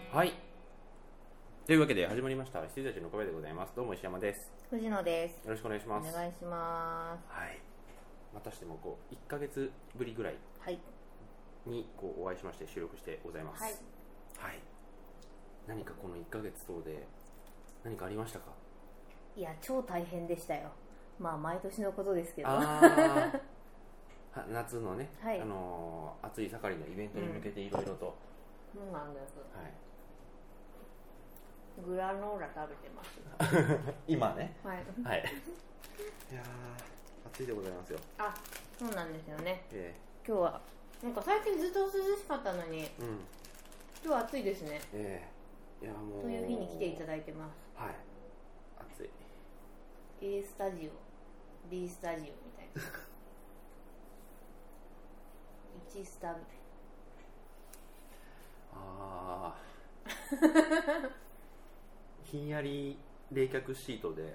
はい。というわけで始まりました羊たちの声でございます。どうも石山です。 藤野です。 よろしくお願いします。 お願いします。 はい。またしても1ヶ月ぶりぐらいにお会いしまして収録してございます。はい。はい。何かこの1ヶ月等で何かありましたか？ いや、超大変でしたよ。まあ毎年のことですけど。 夏のね、はい、暑い盛りのイベントに向けていろいろと。 そうなんです。 はい。 グラノーラ食べてます。 今ね。 はい。 はい。いやー、暑いでございますよ。 あ、そうなんですよね。今日はなんか最近ずっと涼しかったのに、今日は暑いですね。 いやもう。 という日に来ていただいてます。 はい。暑い。 A スタジオ、B スタジオみたいな。1スタみたいな。 ああ。ひんやり冷却シートで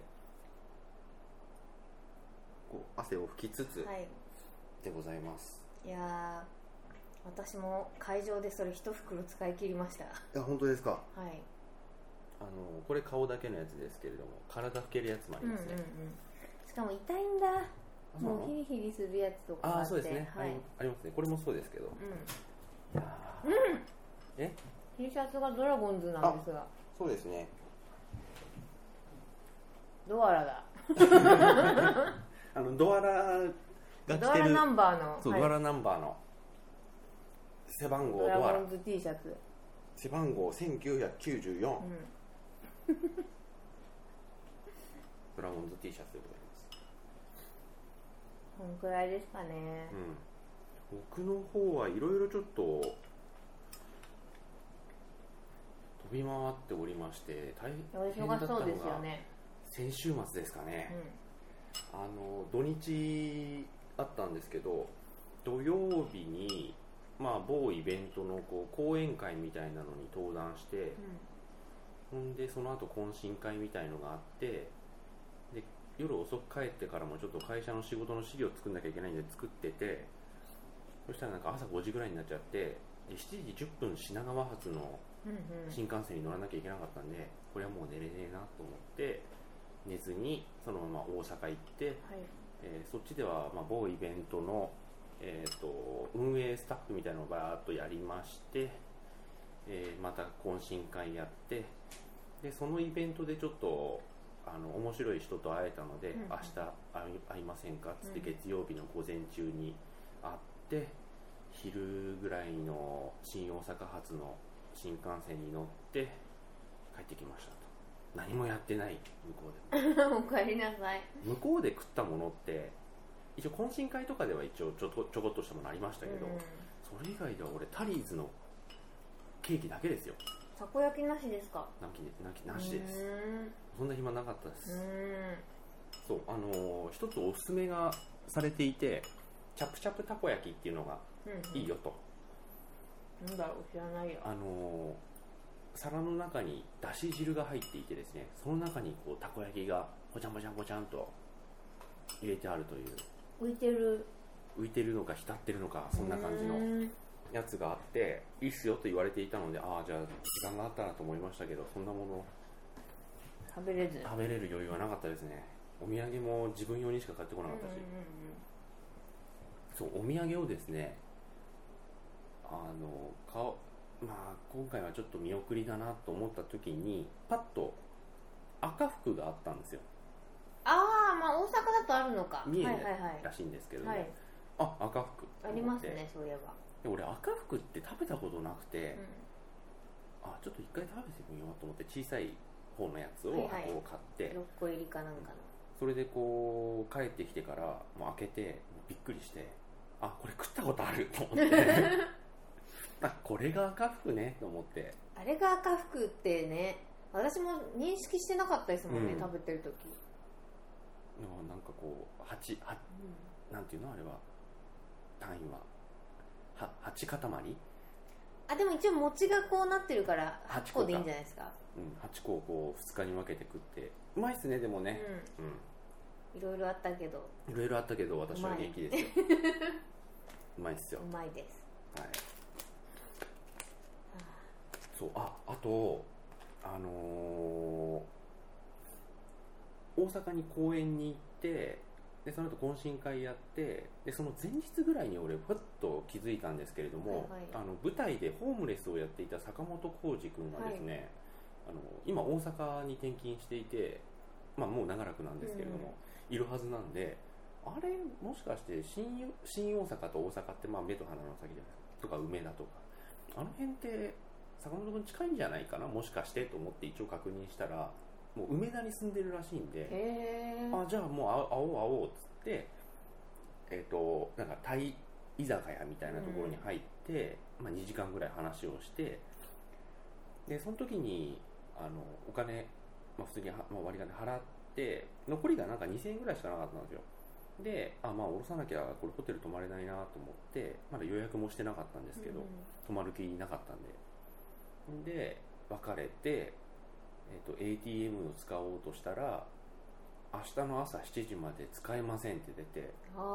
汗を拭きつつでございます。 いや私も会場でそれ一袋使い切りました。いや本当ですか？ はい。 これ顔だけのやつですけれども体拭けるやつもありますね。 しかも痛いんだ。もうヒリヒリするやつとかあって。 そうですね、はい、ありますね。これもそうですけど、 T シャツがドラゴンズなんですが。 そうですね。 ドアラだ。 ドアラが着てる。 ドアラナンバーの。 そう、ドアラナンバーの背番号ドラゴンズ T シャツ。 背番号1994。ドラゴンズ T シャツでございます。 こんくらいですかね。 僕の方はいろいろちょっと飛び回っておりまして大変だったのが先週末ですかね。土日あったんですけど土曜日に某イベントの講演会みたいなのに登壇して、ほんでその後懇親会みたいのがあって、で夜遅く帰ってからもちょっと会社の仕事の資料作んなきゃいけないんで作ってて、そしたらなんか朝5時ぐらいになっちゃって、で7時10分品川発の新幹線に乗らなきゃいけなかったんで、これはもう寝れねえなと思って寝ずにそのまま大阪行って、そっちでは某イベントの、運営スタッフみたいなのをバーッとやりまして、また懇親会やって、でそのイベントでちょっと面白い人と会えたので、明日会いませんかっつって月曜日の午前中に会って、昼ぐらいの新大阪発の新幹線に乗って帰ってきましたと。何もやってない向こうで。 お帰りなさい。 向こうで食ったものって一応懇親会とかでは一応ちょこっとしたものありましたけど、それ以外では俺タリーズのケーキだけですよ。 たこ焼きなしですか？ なしです。そんな暇なかったです。そう一つおすすめがされていて、チャプチャプたこ焼きっていうのがいいよと。 なんだろう、知らないよ。 皿の中にだし汁が入っていてですね、その中にたこ焼きがごちゃんごちゃんごちゃんと入れてあるという。浮いてるのか浸ってるのか、そんな感じのやつがあって、いいっすよと言われていたので、じゃあ時間があったらと思いましたけど、そんなもの食べれる余裕はなかったですね。お土産も自分用にしか買ってこなかったし、そうお土産をですね、今回はちょっと見送りだなと思った時にパッと赤福があったんですよ。 大阪だとあるのか。 三重らしいんですけどね、赤福ありますね。そういえばで俺赤福って食べたことなくて、ちょっと一回食べてみようと思って小さい方のやつを買って、 6個入りかなんかの、 それで帰ってきてからもう開けてびっくりして、これ食ったことあると思ってこれが赤福ねと思って。 あれが赤福ってね、私も認識してなかったですもんね、食べてる時。 なんかなんていうのあれは単位は8塊。 でも一応餅がこうなってるから8個でいいんじゃないですか。 8個を2日に分けて食ってうまいっすね。でもね、 いろいろあったけど私は元気ですよ。うまいっすよ。 うまいです。 はい。 そう、あと大阪に公演に行って、でその後懇親会やって、でその前日ぐらいに俺ふっと気づいたんですけれども、舞台でホームレスをやっていた坂本浩二君がですね、今大阪に転勤していて、もう長らくなんですけれども、いるはずなんで、あれもしかして新大阪と大阪って目と鼻の先じゃないですか、とか梅田とかあの辺って坂本君近いんじゃないかな、もしかしてと思って一応確認したら、もう梅田に住んでるらしいんで、じゃあもう会おうっつって、なんかタイ居酒屋みたいなところに入って、2時間ぐらい話をして、でその時にお金、普通に割り金払って、残りがなんか2000円ぐらいしかなかったんですよ。で下ろさなきゃこれホテル泊まれないなと思って、まだ予約もしてなかったんですけど、泊まる気なかったんで別れて、ATM を使おうとしたら、明日の朝7時まで使えませんって出て、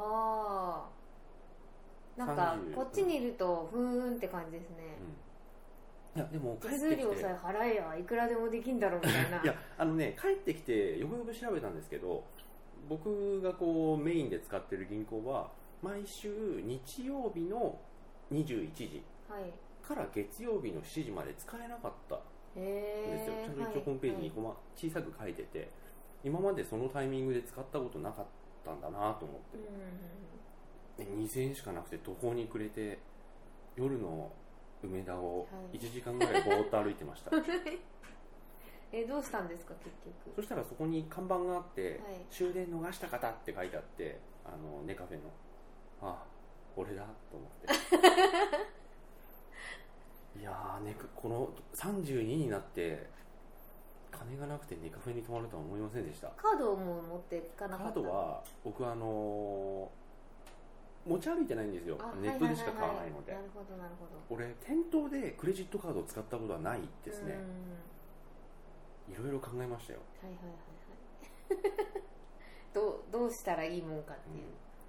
なんかこっちにいるとふーんって感じですね。 いやでも手数料さえ払えばいくらでもできんだろうみたいな。 いや帰ってきてよくよく調べたんですけど、僕がこうメインで使ってる銀行は毎週日曜日の21時から月曜日の7時まで使えなかったんですよ。ちゃんと一応ホームページに小さく書いてて、今までそのタイミングで使ったことなかったんだなと思って、2000円しかなくて途方に暮れて、夜の梅田を1時間ぐらいぼーっと歩いてました。 どうしたんですか結局。 そしたらそこに看板があって、終電逃した方って書いてあって、ネカフェの、俺だと思っていやこの32になって金がなくてネカフェに泊まるとは思いませんでした。 カードも持っていかなかった。 カードは僕持ち歩いてないんですよ。ネットでしか買わないので。 なるほどなるほど。 俺店頭でクレジットカードを使ったことはないですね。いろいろ考えましたよ。 どうしたらいいもんかっていう、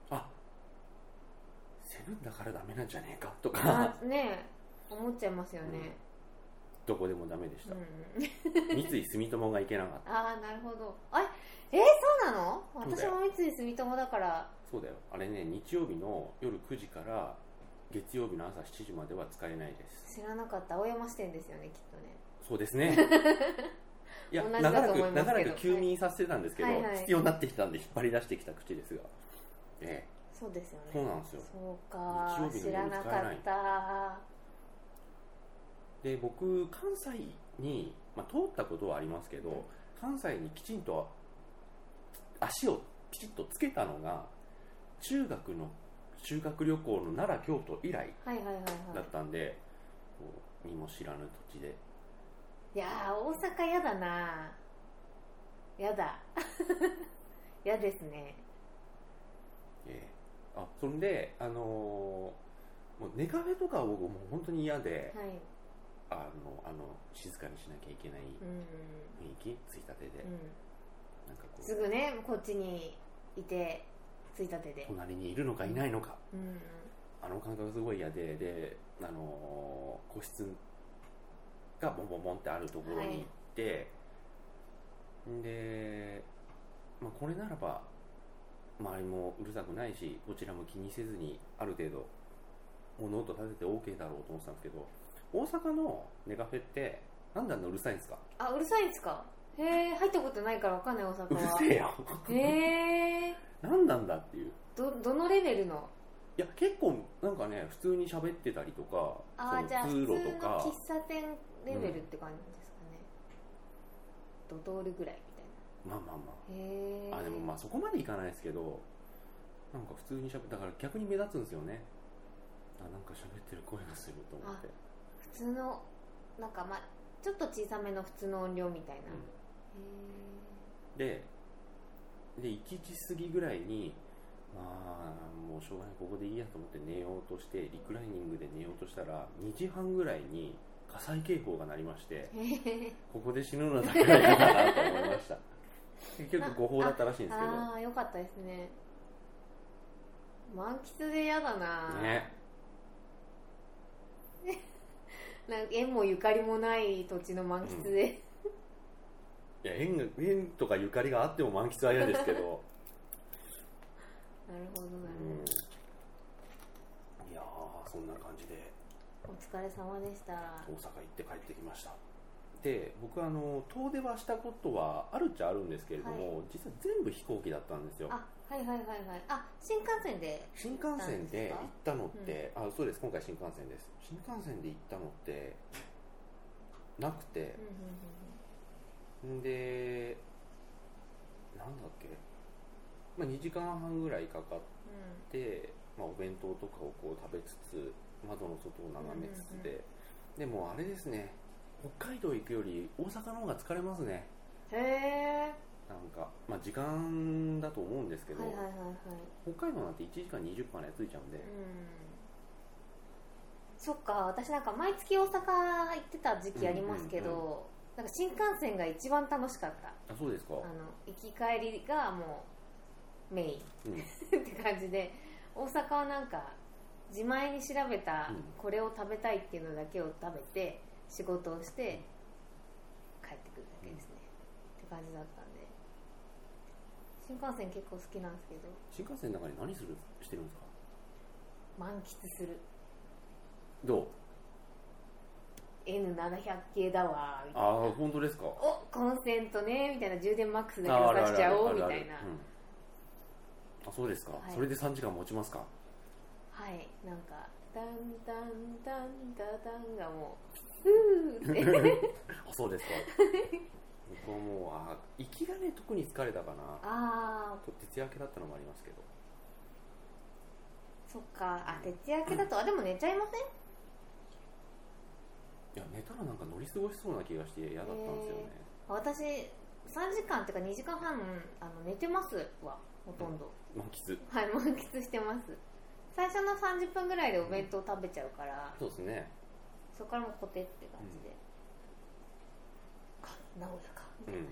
セブンだからダメなんじゃねえかとかね思っちゃいますよね。 どこでもダメでした。三井住友がいけなかった。 なるほど。そうなの？私も三井住友だから。 そうだよ。あれね、日曜日の夜9時から月曜日の朝7時までは使えないです。 知らなかった。青山支店ですよね、きっとね。 そうですね。いや、長らく休眠させてたんですけど、必要になってきたんで引っ張り出してきた口ですが、 そうですよね。 そうなんですよ。 そうか、日曜日の夜使えない。知らなかった。 で、僕関西に、通ったことはありますけど、関西にきちんと足をピチッとつけたのが中学の修学旅行の奈良京都以来だったんで、身も知らぬ土地で。 いやー、大阪やだな。やだ。やですね。 そんでもうネカフェとかは僕もう本当に嫌で、静かにしなきゃいけない雰囲気、ついたてで、 なんかこうすぐねこっちにいてついたてで隣にいるのかいないのか、あの感覚すごい嫌で、個室がボンボンボンってあるところに行って、で、これならば周りもうるさくないし、こちらも気にせずにある程度物音立てて OK だろうと思ってたんですけど、大阪のネカフェってなんであんなうるさいんですか？ うるさいんですか？入ったことないから分かんない。大阪はうるせえよ。何なんだっていう。 どのレベルの？ いや結構なんかね、普通に喋ってたりとか、 じゃあ普通の喫茶店レベルって感じですかね。ドトールぐらいみたいな。 でもそこまでいかないですけど、なんか普通にだから逆に目立つんですよね。なんか喋ってる声がすると思って。 普通のなんかちょっと小さめの普通の音量みたいな。 で1時過ぎぐらいにもうしょうがない、ここでいいやと思って寝ようとして、リクライニングで寝ようとしたら2時半ぐらいに火災警報が鳴りまして、ここで死ぬのだけは嫌だなと思いました。結局誤報だったらしいんですけど。 よかったですね。満喫で嫌だな。 ね。 なんか縁もゆかりもない土地の満喫で、 いや縁とかゆかりがあっても満喫は嫌ですけどなるほどなるほど、 いやそんな感じでお疲れ様でした。 大阪行って帰ってきました。で僕遠出はしたことはあるっちゃあるんですけれども、実は全部飛行機だったんですよ。 はいはいはいはい。新幹線で行ったのって、そうです、今回新幹線です。新幹線で行ったのってなくて、でなんだっけ、2時間半ぐらいかかって、お弁当とかをこう食べつつ窓の外を眺めつつで、でもあれですね、北海道行くより大阪の方が疲れますね。 へえ。 なんか、時間だと思うんですけど、 はいはいはいはい、 北海道なんて1時間20分で着いちゃうんで、 そっか、私なんか毎月大阪行ってた時期ありますけど、なんか新幹線が一番楽しかった。 あ、そうですか。 行き帰りがもうメイン、って感じで、大阪はなんか自前に調べたこれを食べたいっていうのだけを食べて仕事をして帰ってくるだけですね、って感じだったんで、新幹線結構好きなんですけど。 新幹線の中で何してるんですか？ 満喫する。 どう？ N700 系だわみたいな。 本当ですか？ コンセントねみたいな、充電マックスだけどさしちゃおうみたいな。 そうですか、それで3時間持ちますか？ はい、なんかダンダンダンダダンがもうふーってそうですか。僕はもう行きがね特に疲れたかな。徹夜明けだったのもありますけど。 そっか、徹夜明けだとでも寝ちゃいません？ いや、寝たらなんか乗り過ごしそうな気がして嫌だったんですよね。 私3時間っていうか2時間半寝てますわ、ほとんど。 満喫。 はい、満喫してます。最初の30分ぐらいでお弁当食べちゃうから、 そうですね。 そこからもうコテって感じで、名古屋か、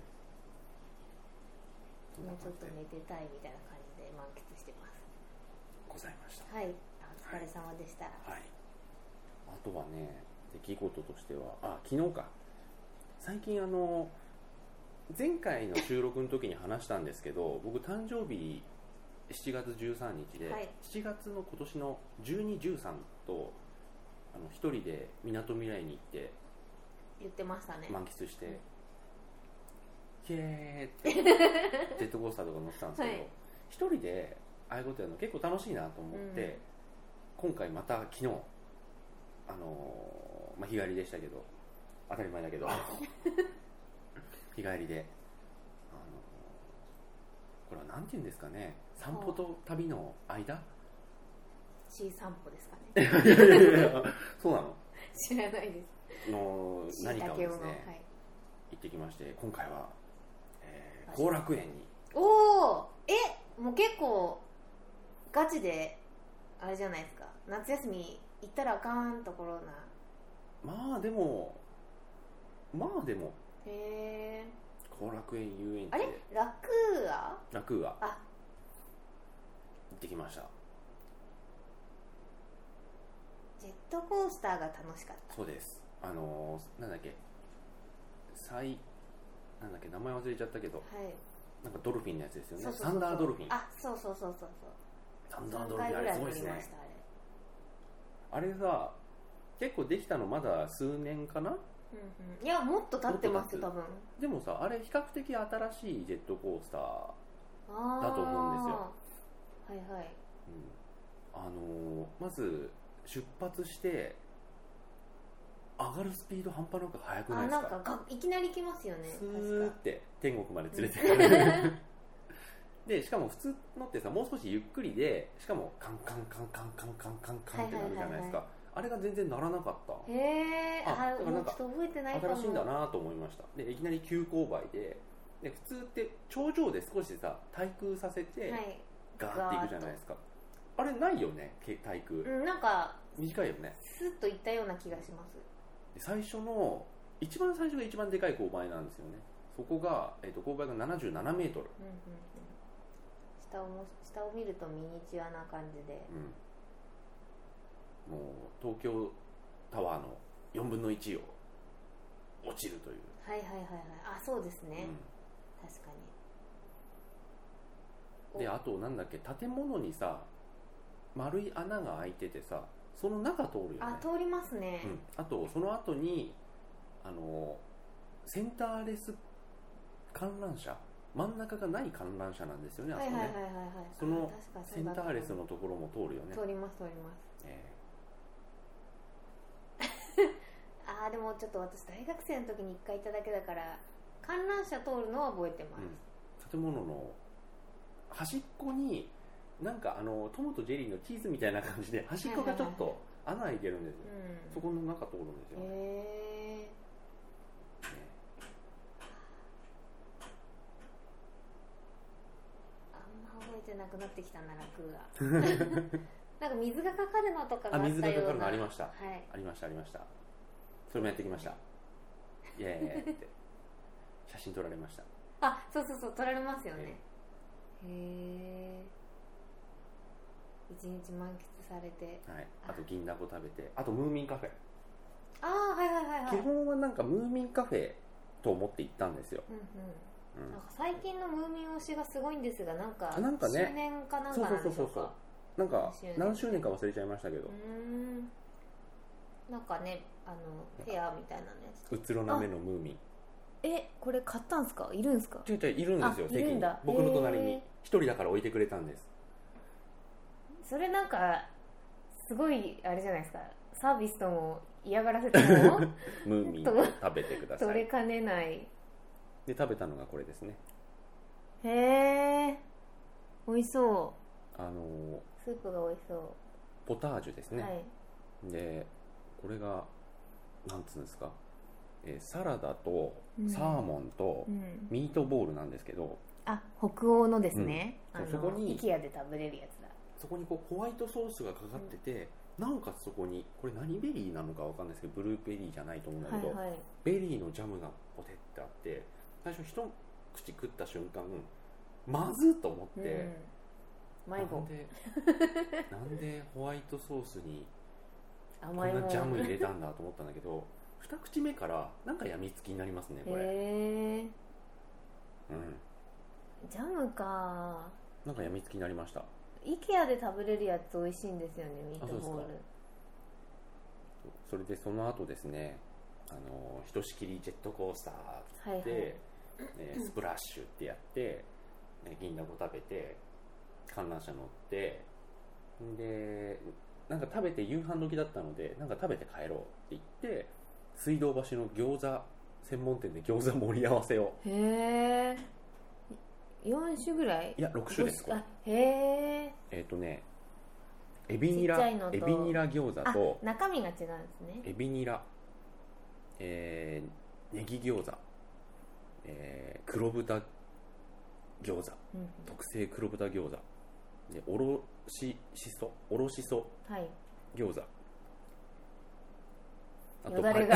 もうちょっと寝てたいみたいな感じで満喫してます。 ございました。 はい、お疲れ様でした。 はい。あとはね、出来事としては昨日か、最近前回の収録の時に話したんですけど、僕誕生日7月13日で、7月の今年の12、13と一人でみなとみらいに行って言ってましたね。 満喫して、キェーってジェットコースターとか乗ってたんですけど、一人でああいうことやるの結構楽しいなと思って、今回また昨日日帰りでしたけど、当たり前だけど日帰りでこれはなんて言うんですかね、散歩と旅の間、 C 散歩ですかね。 いやそうなの？ 知らないです。 何かをですね、行ってきまして、今回は後楽園に。 もう結構ガチであれじゃないですか、夏休み行ったらあかんところな。 でもへー、 後楽園遊園地で、 あれラクーア行ってきました。 ジェットコースターが楽しかった。 そうです。なんだっけ、名前忘れちゃったけど、なんかドルフィンのやつですよね。サンダードルフィン。 そうサンダードルフィン、あれすごいですね。あれさ、結構できたのまだ数年かな。 いや、もっと経ってますよ多分。 でもさ、あれ比較的新しいジェットコースターだと思うんですよ。 はいはい。 まず出発して上がるスピード半端なく速くないですか？ なんかいきなり来ますよね。 スーって天国まで連れてくるで、しかも普通のってさ、もう少しゆっくりで、しかもカンカンカンカンカンカンカンカンってなるじゃないですか。あれが全然ならなかった。 へー、だからなんかちょっと覚えてないかも。 新しいんだなと思いました。で、いきなり急勾配で、普通って頂上で少しさ滞空させて、ガーっていくじゃないですか。あれないよね、滞空。 なんか短いよね。 スッといったような気がします。 で、一番最初が一番でかい勾配なんですよね。そこが、勾配が77メートル。 下を見るとミニチュアな感じで、 もう東京タワーの 4分の1を落ちるという。 はいはいはいはい。あ、そうですね、確かに。であとなんだっけ、建物にさ丸い穴が開いててさ、その中通るよね。 あ、通りますね、 あとその後にセンターレス観覧車、真ん中がない観覧車なんですよね、あそこね。そのセンターレスのところも通るよね。 通ります通ります、あ、でもちょっと私大学生の時に1回行っただけだから観覧車通るのは覚えてます、 建物の端っこになんかトムとジェリーのチーズみたいな感じで端っこがちょっと穴開いてるんですよ、そこの中通るんですよ。 覚えてなくなってきたな、楽がなんか水がかかるのとかがあったような。 水がかかるのありました、 はい、 ありましたありました。それもやってきました。イエーイって写真撮られました。 あ、そうそうそう、撮られますよね。へえ。一日満喫されて、 はい、あと銀だこ食べて、あとムーミンカフェ。 ああ、はいはいはいはい。 基本はなんかムーミンカフェと思って行ったんですよ。 なんか最近のムーミン推しがすごいんですが、なんかね、 周年かなんかなんでしょうか。 そうなんか何周年か忘れちゃいましたけど、 なんかね、フェアみたいなね。 うつろな目のムーミン。 これ買ったんですか？いるんですか？ いるんですよ、席に。僕の隣に一人だから置いてくれたんです。 それなんかすごいあれじゃないですか、サービスとも嫌がらせともムーミンを食べてください。 取れかねない。 で食べたのがこれですね。 へえ、美味しそう。スープが美味しそう。 ポタージュですね、 はい、 でこれがなんつうんですか、サラダとサーモンとミートボールなんですけど、 あ、北欧のですね、 そこに IKEA で食べれるやつだ。 そこにこうホワイトソースがかかってて、なおかつそこにこれ何ベリーなのかわかんないですけど、ブルーベリーじゃないと思うんだけど、ベリーのジャムがポテってあって、最初一口食った瞬間まずっと思って、迷子なんでホワイトソースにこんなジャム入れたんだと思ったんだけど、二口目からなんかやみつきになりますねこれ。 ジャムか、 なんかやみつきになりました。 IKEA で食べれるやつ美味しいんですよね、ミートボール。 それでその後ですね、ひとしきりジェットコースターって、スプラッシュってやって、銀だこ食べて観覧車乗って、でなんか食べて夕飯時だったので、なんか食べて帰ろうって言って水道橋の餃子専門店で餃子盛り合わせを。 へえ、4種ぐらい？ いや6種ですこれ。 へえ。 エビニラ餃子と、 中身が違うんですね。 エビニラ、ネギ餃子、黒豚餃子、特製黒豚餃子で、おろししそ餃子、あとよだれが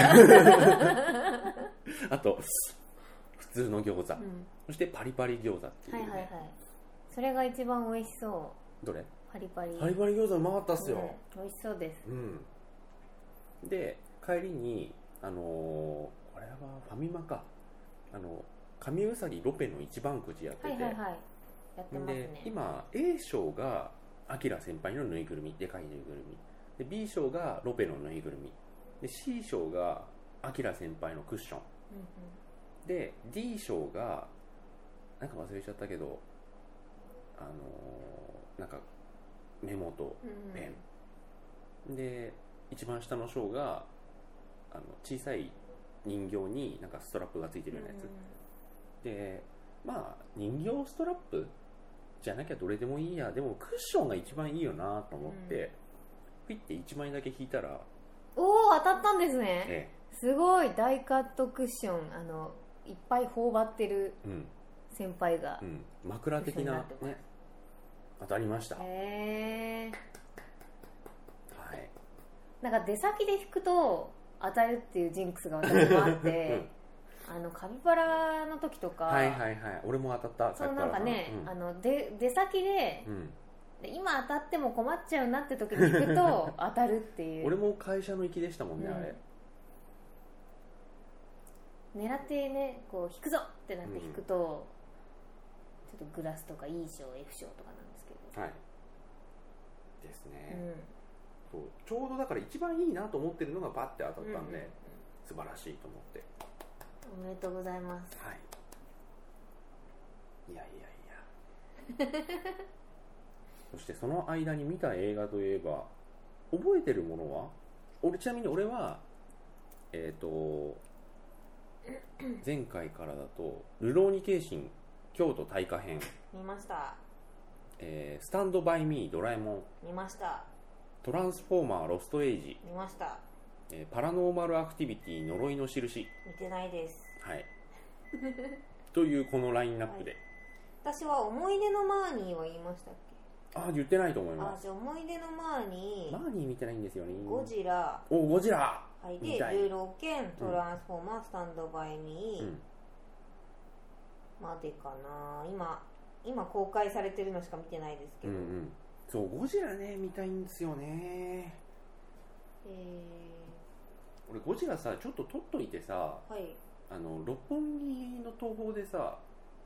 あと普通の餃子、そしてパリパリ餃子っていうね、 それが一番美味しそう。 どれ？ パリパリ餃子うまかったっすよ、 美味しそうです、 で帰りにこれはファミマか、神うさぎロペの一番くじやってて、 やってますね。 で今 A 賞がアキラ先輩のぬいぐるみ、でかいぬいぐるみで、 B 賞がロペのぬいぐるみで、 C 賞がアキラ先輩のクッション、で D 賞がなんか忘れちゃったけど、なんかメモとペン、で一番下の賞が小さい人形になんかストラップがついてるようなやつ、でまあ人形ストラップじゃなきゃどれでもいいや、でもクッションが一番いいよなと思って、ピッて1枚だけ引いたら、 おお、当たったんですね、すごい。大カットクッション、いっぱい頬張ってる先輩が、 枕的なね、当たりました。 へえ。はい。なんか出先で引くと当たるっていうジンクスが私もあって、カピバラの時とか、 俺も当たった。 そう、なんかね、出先で、今当たっても困っちゃうなって時に引くと当たるっていう。 俺も会社の行きでしたもんね、あれ。 狙ってねこう引くぞってなって引くと、ちょっとグラスとか E 賞 F 賞とかなんですけど、 はいですね、そうちょうどだから一番いいなと思ってるのがバッて当たったんで、素晴らしいと思って。 おめでとうございます。 はい。いやそしてその間に見た映画といえば、覚えてるものは、ちなみに俺は前回からだとルローニケンシン京都大火編見ました。 スタンドバイミードラえもん見ました。 トランスフォーマーロストエイジ見ました。 パラノーマルアクティビティ呪いの印見てないです。 はいというこのラインナップで、はい、 私は思い出のマーニーは言いましたっけ？ 言ってないと思います。 じゃあ思い出のマーニー見てないんですよね。 ゴジラゴジラ、 はい、でルロケントランスフォーマースタンドバイミー、までかな。今公開されてるのしか見てないですけど、 そうゴジラね見たいんですよね。俺ゴジラさちょっと撮っといてさ、 はい、 六本木の東宝でさ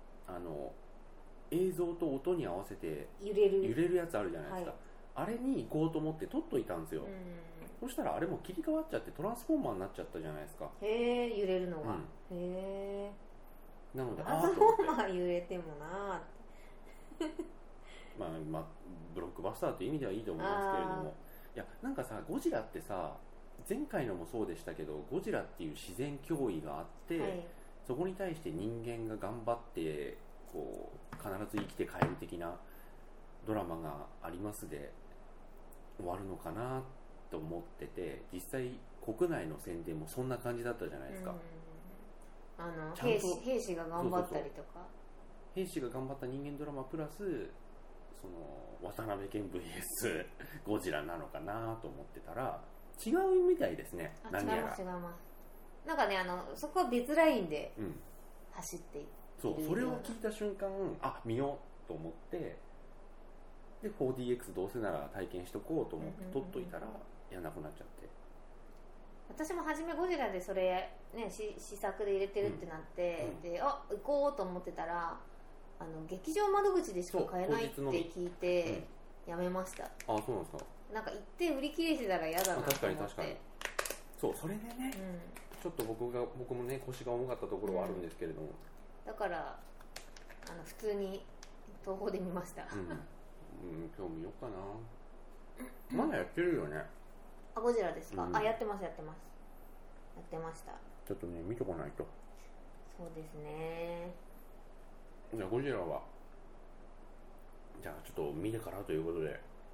映像と音に合わせて揺れるやつあるじゃないですか、はい、あれに行こうと思って撮っといたんですよ。そしたらあれも切り替わっちゃってトランスフォーマーになっちゃったじゃないですか。 へえ、揺れるのが、へえ。 なのでトランスフォーマー揺れてもなまあブロックバスターという意味ではいいと思いますけれども、いやなんかさゴジラってさ前回のもそうでしたけど、ゴジラっていう自然脅威があって、はい、そこに対して人間が頑張ってこう必ず生きて帰る的なドラマがありますで終わるのかなと思ってて、実際国内の宣伝もそんな感じだったじゃないですか。 兵士が頑張ったりとか、 兵士が頑張った人間ドラマプラスその渡辺謙 VS ゴジラなのかなと思ってたら違うみたいですね。 違いますなんかねそこは別ラインで走っている、 それを聞いた瞬間見ようと思って、で 4DX どうせなら体験しとこうと思って撮っといたらやんなくなっちゃって、 私も初めゴジラでそれ、ね、試作で入れてるってなって、で行こうと思ってたら劇場窓口でしか買えないって聞いてやめました。 そうなんですか。 なんか行って売り切れしてたら嫌だなと思って。 確かにそれでね、ちょっと僕もね腰が重かったところはあるんですけれども、 だから普通に東宝で見ました。 今日見ようかな。まだやってるよね。 ゴジラですか？やってますやってました。 ちょっとね見とかないと。 そうですね。 じゃあゴジラはじゃあちょっと見てからということで、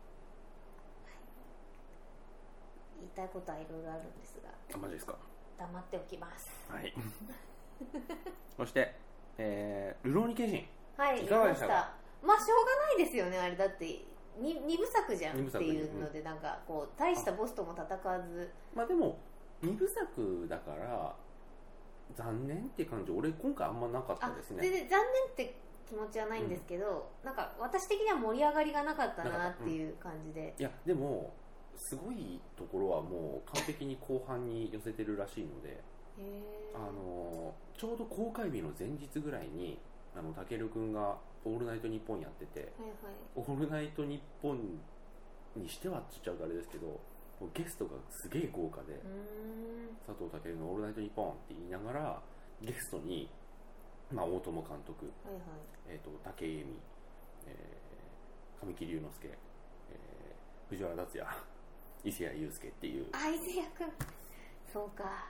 言いたいことはいろいろあるんですが、 マジですか？ 黙っておきます。 はい。そしてルローニケンシン、 はい、いかがでしたか？しょうがないですよね。あれだって2部作じゃんっていうので、なんかこう大したボスとも戦わず、 でも2部作だから残念って感じ俺今回あんまなかったですね。 全然残念って気持ちはないんですけど、なんか私的には盛り上がりがなかったなっていう感じで、 いやでもすごいところはもう完璧に後半に寄せてるらしいので、ちょうど公開日の前日ぐらいにたけるくんがオールナイトニッポンやってて、オールナイトニッポンにしてはって言っちゃうとあれですけど、ゲストがすげえ豪華で、佐藤健のオールナイトニッポンって言いながらゲストに、大友監督、武井絵美、神木隆之介、藤原竜也、伊勢谷友介っていう。 伊勢谷くん、そうか、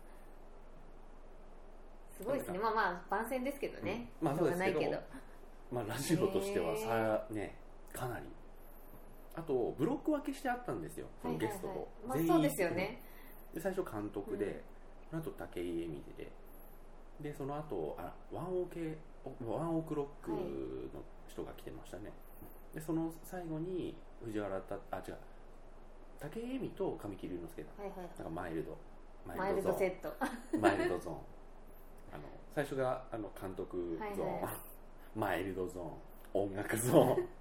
すごいですね。番宣ですけどね、 そうですけど、ラジオとしてはかなり。あとブロック分けしてあったんですよ、そのゲストと、 全員そうですよね。 で最初監督で、その後武井絵美でその後ワンオクロックの人が来てましたね。でその最後に藤原武井絵美と神木隆之介だ、なんかマイルドセットマイルドゾーン最初が監督ゾーン、マイルドゾーン、音楽ゾーン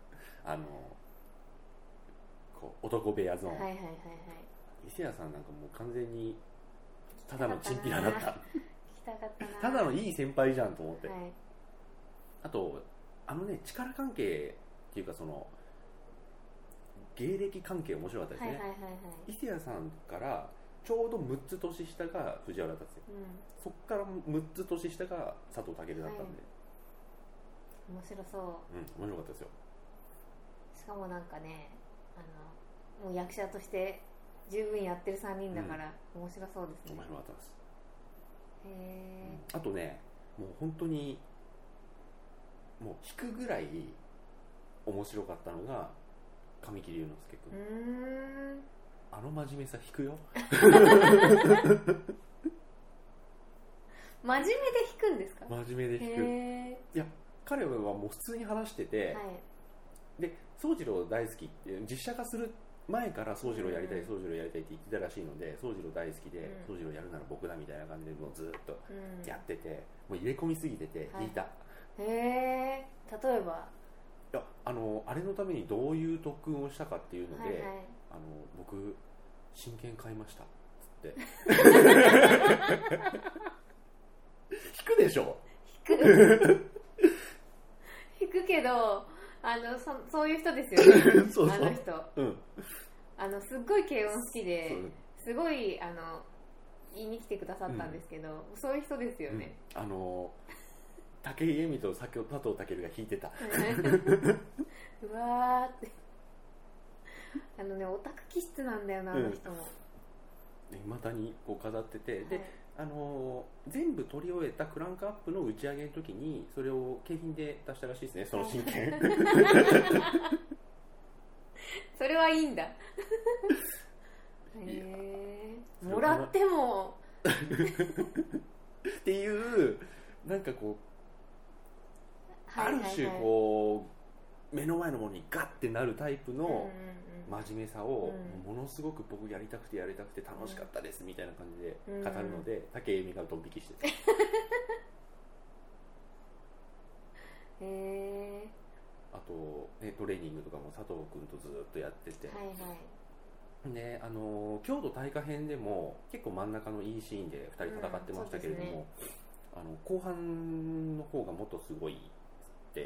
男部屋ゾーン、伊勢谷さんなんかもう完全にただのチンピラだった。 たかったな。 ただのいい先輩じゃんと思って、 はい、 あと力関係っていうかその芸歴関係面白かったですね。伊勢谷さんからちょうど6つ年下が藤原竜也、そっから6つ年下が佐藤健だったんで、 面白そう。 面白かったですよ。 しかもなんかね、もう役者として十分やってる3人だから、面白そうですね。 面白かったです。 へあとね、もう本当にもう引くぐらい面白かったのが神木隆之介君。真面目さ引くよ。 真面目で引くんですか？ 真面目で引く。いや、彼はもう普通に話してて、で宗次郎大好きって実写化する前から宗次郎やりたい、宗次郎やりたいって言ってたらしいので、宗次郎大好きで、宗次郎やるなら僕だみたいな感じでもうずっとやってて、もう入れ込みすぎてて引いた。 例えば、 いや、あれのためにどういう特訓をしたかっていうので、僕真剣買いましたっつって引くでしょ。 引くけどそういう人ですよね。 そうあの人、すっごい軽音好きですごい言いに来てくださったんですけど、そういう人ですよね。 武井絵美と佐藤健が弾いてた。 うわーってオタク気質なんだよな、あの人も。 未だにこう飾ってて、で全部取り終えたクランクアップの打ち上げの時にそれを景品で出したらしいですね、その真剣。 それはいいんだ。もらってもっていうなんかこう、ある種こう目の前のものにガッてなるタイプの真面目さをものすごく僕やりたくて楽しかったですみたいな感じで語るので、武井絵美がドン引きしてた。あと、トレーニングとかも佐藤君とずっとやってて、で京都大火編でも結構真ん中のいいシーンで2人戦ってましたけれども、後半の方がもっとすごいって、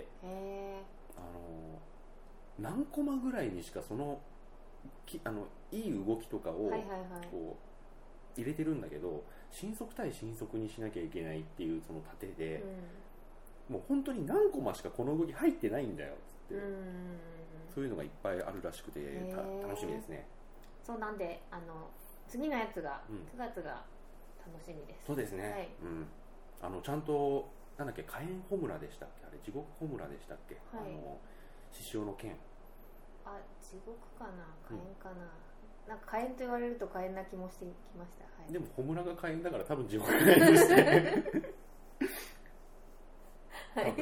何コマぐらいにしかそのいい動きとかをこう入れてるんだけど、神速対神速にしなきゃいけないっていうその盾で、もう本当に何コマしかこの動き入ってないんだよって、そういうのがいっぱいあるらしくて楽しみですね。 そうなんで次のやつが9月が楽しみです。 そうですね、ちゃんとなんだっけ、火炎ホムラでしたっけ、あれ地獄ホムラでしたっけ、獅子王の剣、 地獄かな火炎かな、なんか火炎と言われると火炎な気もしてきました。 でもホムラが火炎だから多分地獄なんですね。 火炎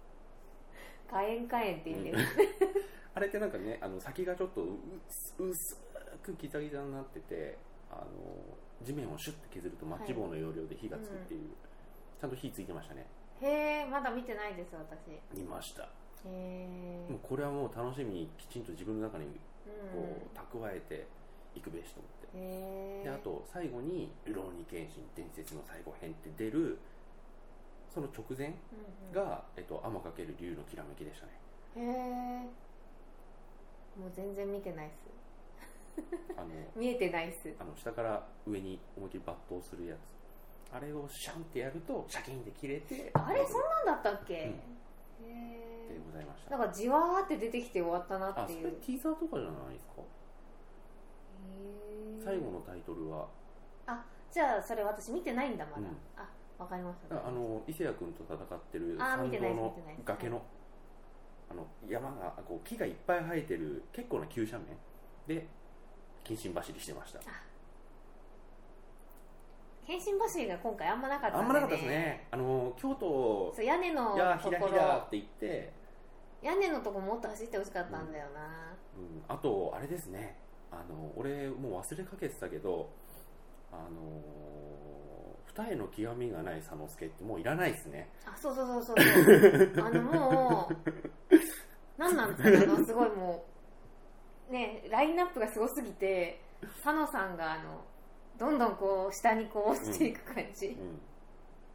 って言うんです。 あれってなんかね、先がちょっと薄くギザギザになってて、地面をシュッと削るとマッチ棒の要領で火がつくっていう、ちゃんと火ついてましたね。 へー、まだ見てないです、私。 見ました。もうこれはもう楽しみにきちんと自分の中にこう蓄えていくべしと思って、であと最後に「ルローニケンシン伝説の最後編」って出るその直前が「天×竜のきらめき」でしたね。 へえ、もう全然見てないっす。見えてないっす。 下から上に思いっきり抜刀するやつ、あれをシャンってやるとシャキンって切れて、 あれそんなんだったっけ、へえでございました。 なんかじわーって出てきて終わったなっていう。 それティーザーとかじゃないですか。最後のタイトルはじゃあそれ私見てないんだまだ。わかりました。 伊勢谷君と戦ってる山道の崖の山がこう木がいっぱい生えてる結構な急斜面で謹慎走りしてました。 謙信走りが今回あんまなかったんで、ね、 あんまなかったですね。京都屋根のところひらって言って屋根のとこもっと走ってほしかったんだよな、 あとあれですね、俺もう忘れかけてたけど二重の極みがない佐之助ってもういらないですね。 そうもう何なんですかね、すごいもうね、ラインナップがすごすぎて佐野さんがどんどんこう下にこう落ちていく感じ、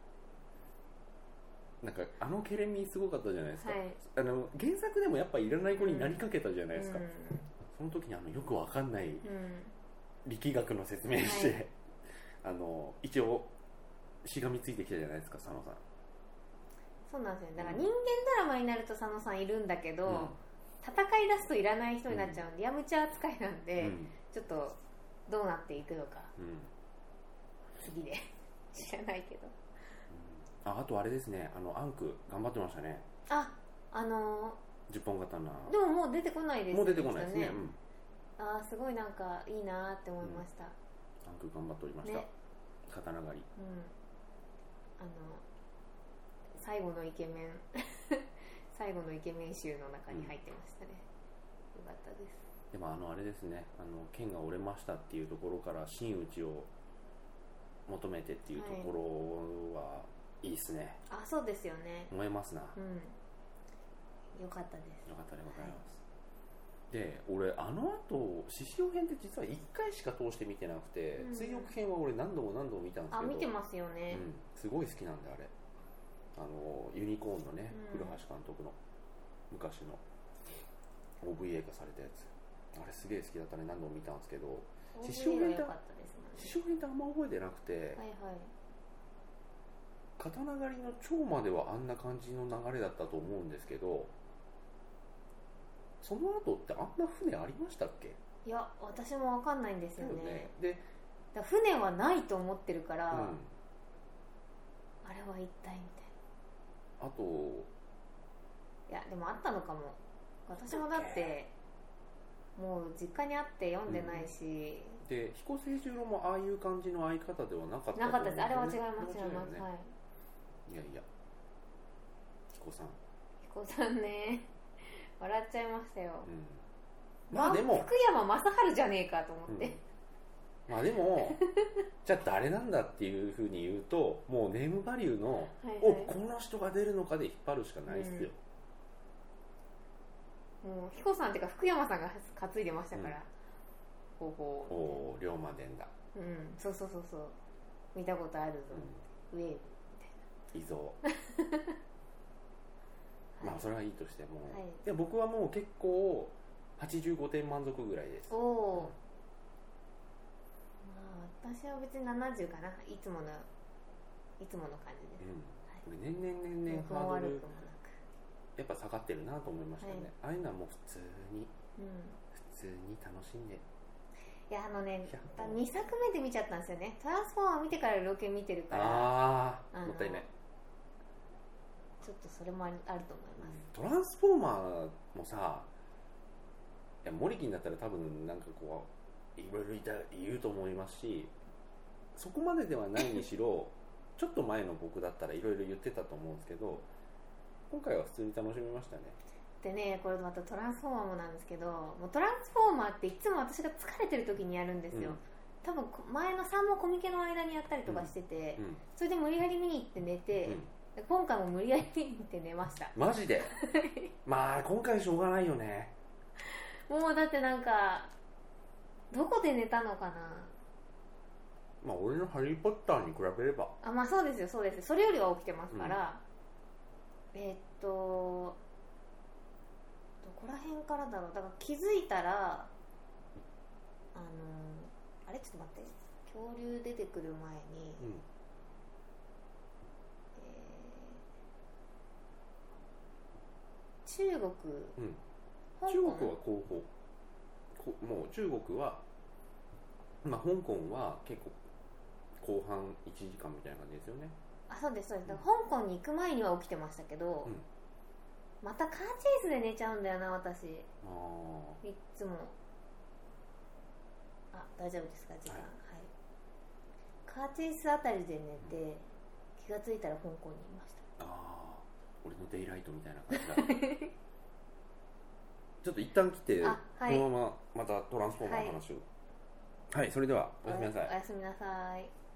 なんかあのケレミすごかったじゃないですか、 はい、 原作でもやっぱいらない子になりかけたじゃないですか、その時によくわかんない力学の説明して、はい、一応しがみついてきたじゃないですか佐野さん。 そうなんですよ。だから人間ドラマになると佐野さんいるんだけど、戦い出すといらない人になっちゃうんで、やむちゃ扱いなんで、ちょっとどうなっていくのか、次で知らないけど、 あとあれですね、アンク頑張ってましたね。 10 本刀でももう出てこないですね。 もう出てこないですね、 すごいなんかいいなって思いました、 アンク頑張っておりました、ね、刀狩り、 最後のイケメン最後のイケメン集の中に入ってましたね、よかったです。 でもあれですね、剣が折れましたっていうところから真打ちを求めてっていうところはいいですね。 そうですよね、 思いますな、 よかったです。 よかったでございます、で俺後獅子王編って実は1回しか通して見てなくて、追憶編は俺何度も見たんですけど、 見てますよね、 すごい好きなんで、あれユニコーンのね、古橋監督の昔の OVA 化されたやつ、あれすげえ好きだったね。何度も見たんですけど、獅子王編ってあんま覚えてなくて、刀狩りの長まではあんな感じの流れだったと思うんですけど、その後ってあんな船ありましたっけ？ いや、私も分かんないんですよね。 でだ船はないと思ってるから、あれは一体みたいな。 あといやでもあったのかも。私もだってもう実家にあって読んでないし、 で彦星十郎もああいう感じの相方ではなかったと思うんですよね。 なかったです。あれは違います、 ね、はい。いや彦さんね笑っちゃいましたよ、 まあでも福山雅治じゃねえかと思って、 まあでもじゃあ誰なんだっていうふうに言うと、もうネームバリューのこの人が出るのかで引っ張るしかないですよ、 もう彦さんっていうか福山さんが担いでましたから、ほうほう龍馬伝だ、 そう見たことあるぞ、ウェーブみたいな、 遺蔵まあそれはいいとしても、で僕はもう結構85点満足ぐらいです。まあ私は別に70かな、いつもの感じです、 これ年々ハードルやっぱ下がってるなと思いましたね、ああいうのはもう普通に楽しんで、 いや2作目で見ちゃったんですよね。トランスフォーマー見てからロケ見てるから、 もったいない。 ちょっとそれもあると思います、 トランスフォーマーもさ、いやモリキンだったら多分なんかこういろいろ言うと思いますし、そこまでではないにしろちょっと前の僕だったらいろいろ言ってたと思うんですけど、今回は普通に楽しみましたね。 でね、これまたトランスフォーマーもなんですけど、もうトランスフォーマーっていつも私が疲れてる時にやるんですよ、多分前の3もコミケの間にやったりとかしてて、それで無理やり見に行って寝て、今回も無理やり見に行って寝ました。 マジでまあ今回しょうがないよね。 もうだってなんかどこで寝たのかな。 まあ俺のハリーポッターに比べれば、 まあそうですよ、それよりは起きてますから、どこら辺からだろう。だから気づいたらあれちょっと待って、恐竜出てくる前に、中国、 中国は後方、もう中国は、香港は結構後半1時間みたいな感じですよね。 そうです。香港に行く前には起きてましたけど、またカーチェイスで寝ちゃうんだよな私。いつも。大丈夫ですか時間、カーチェイスあたりで寝て、気がついたら香港にいました。 俺のデイライトみたいな感じだちょっと一旦来て、このまままたトランスフォーマーの話を、それではおやすみなさい。 おやすみなさい。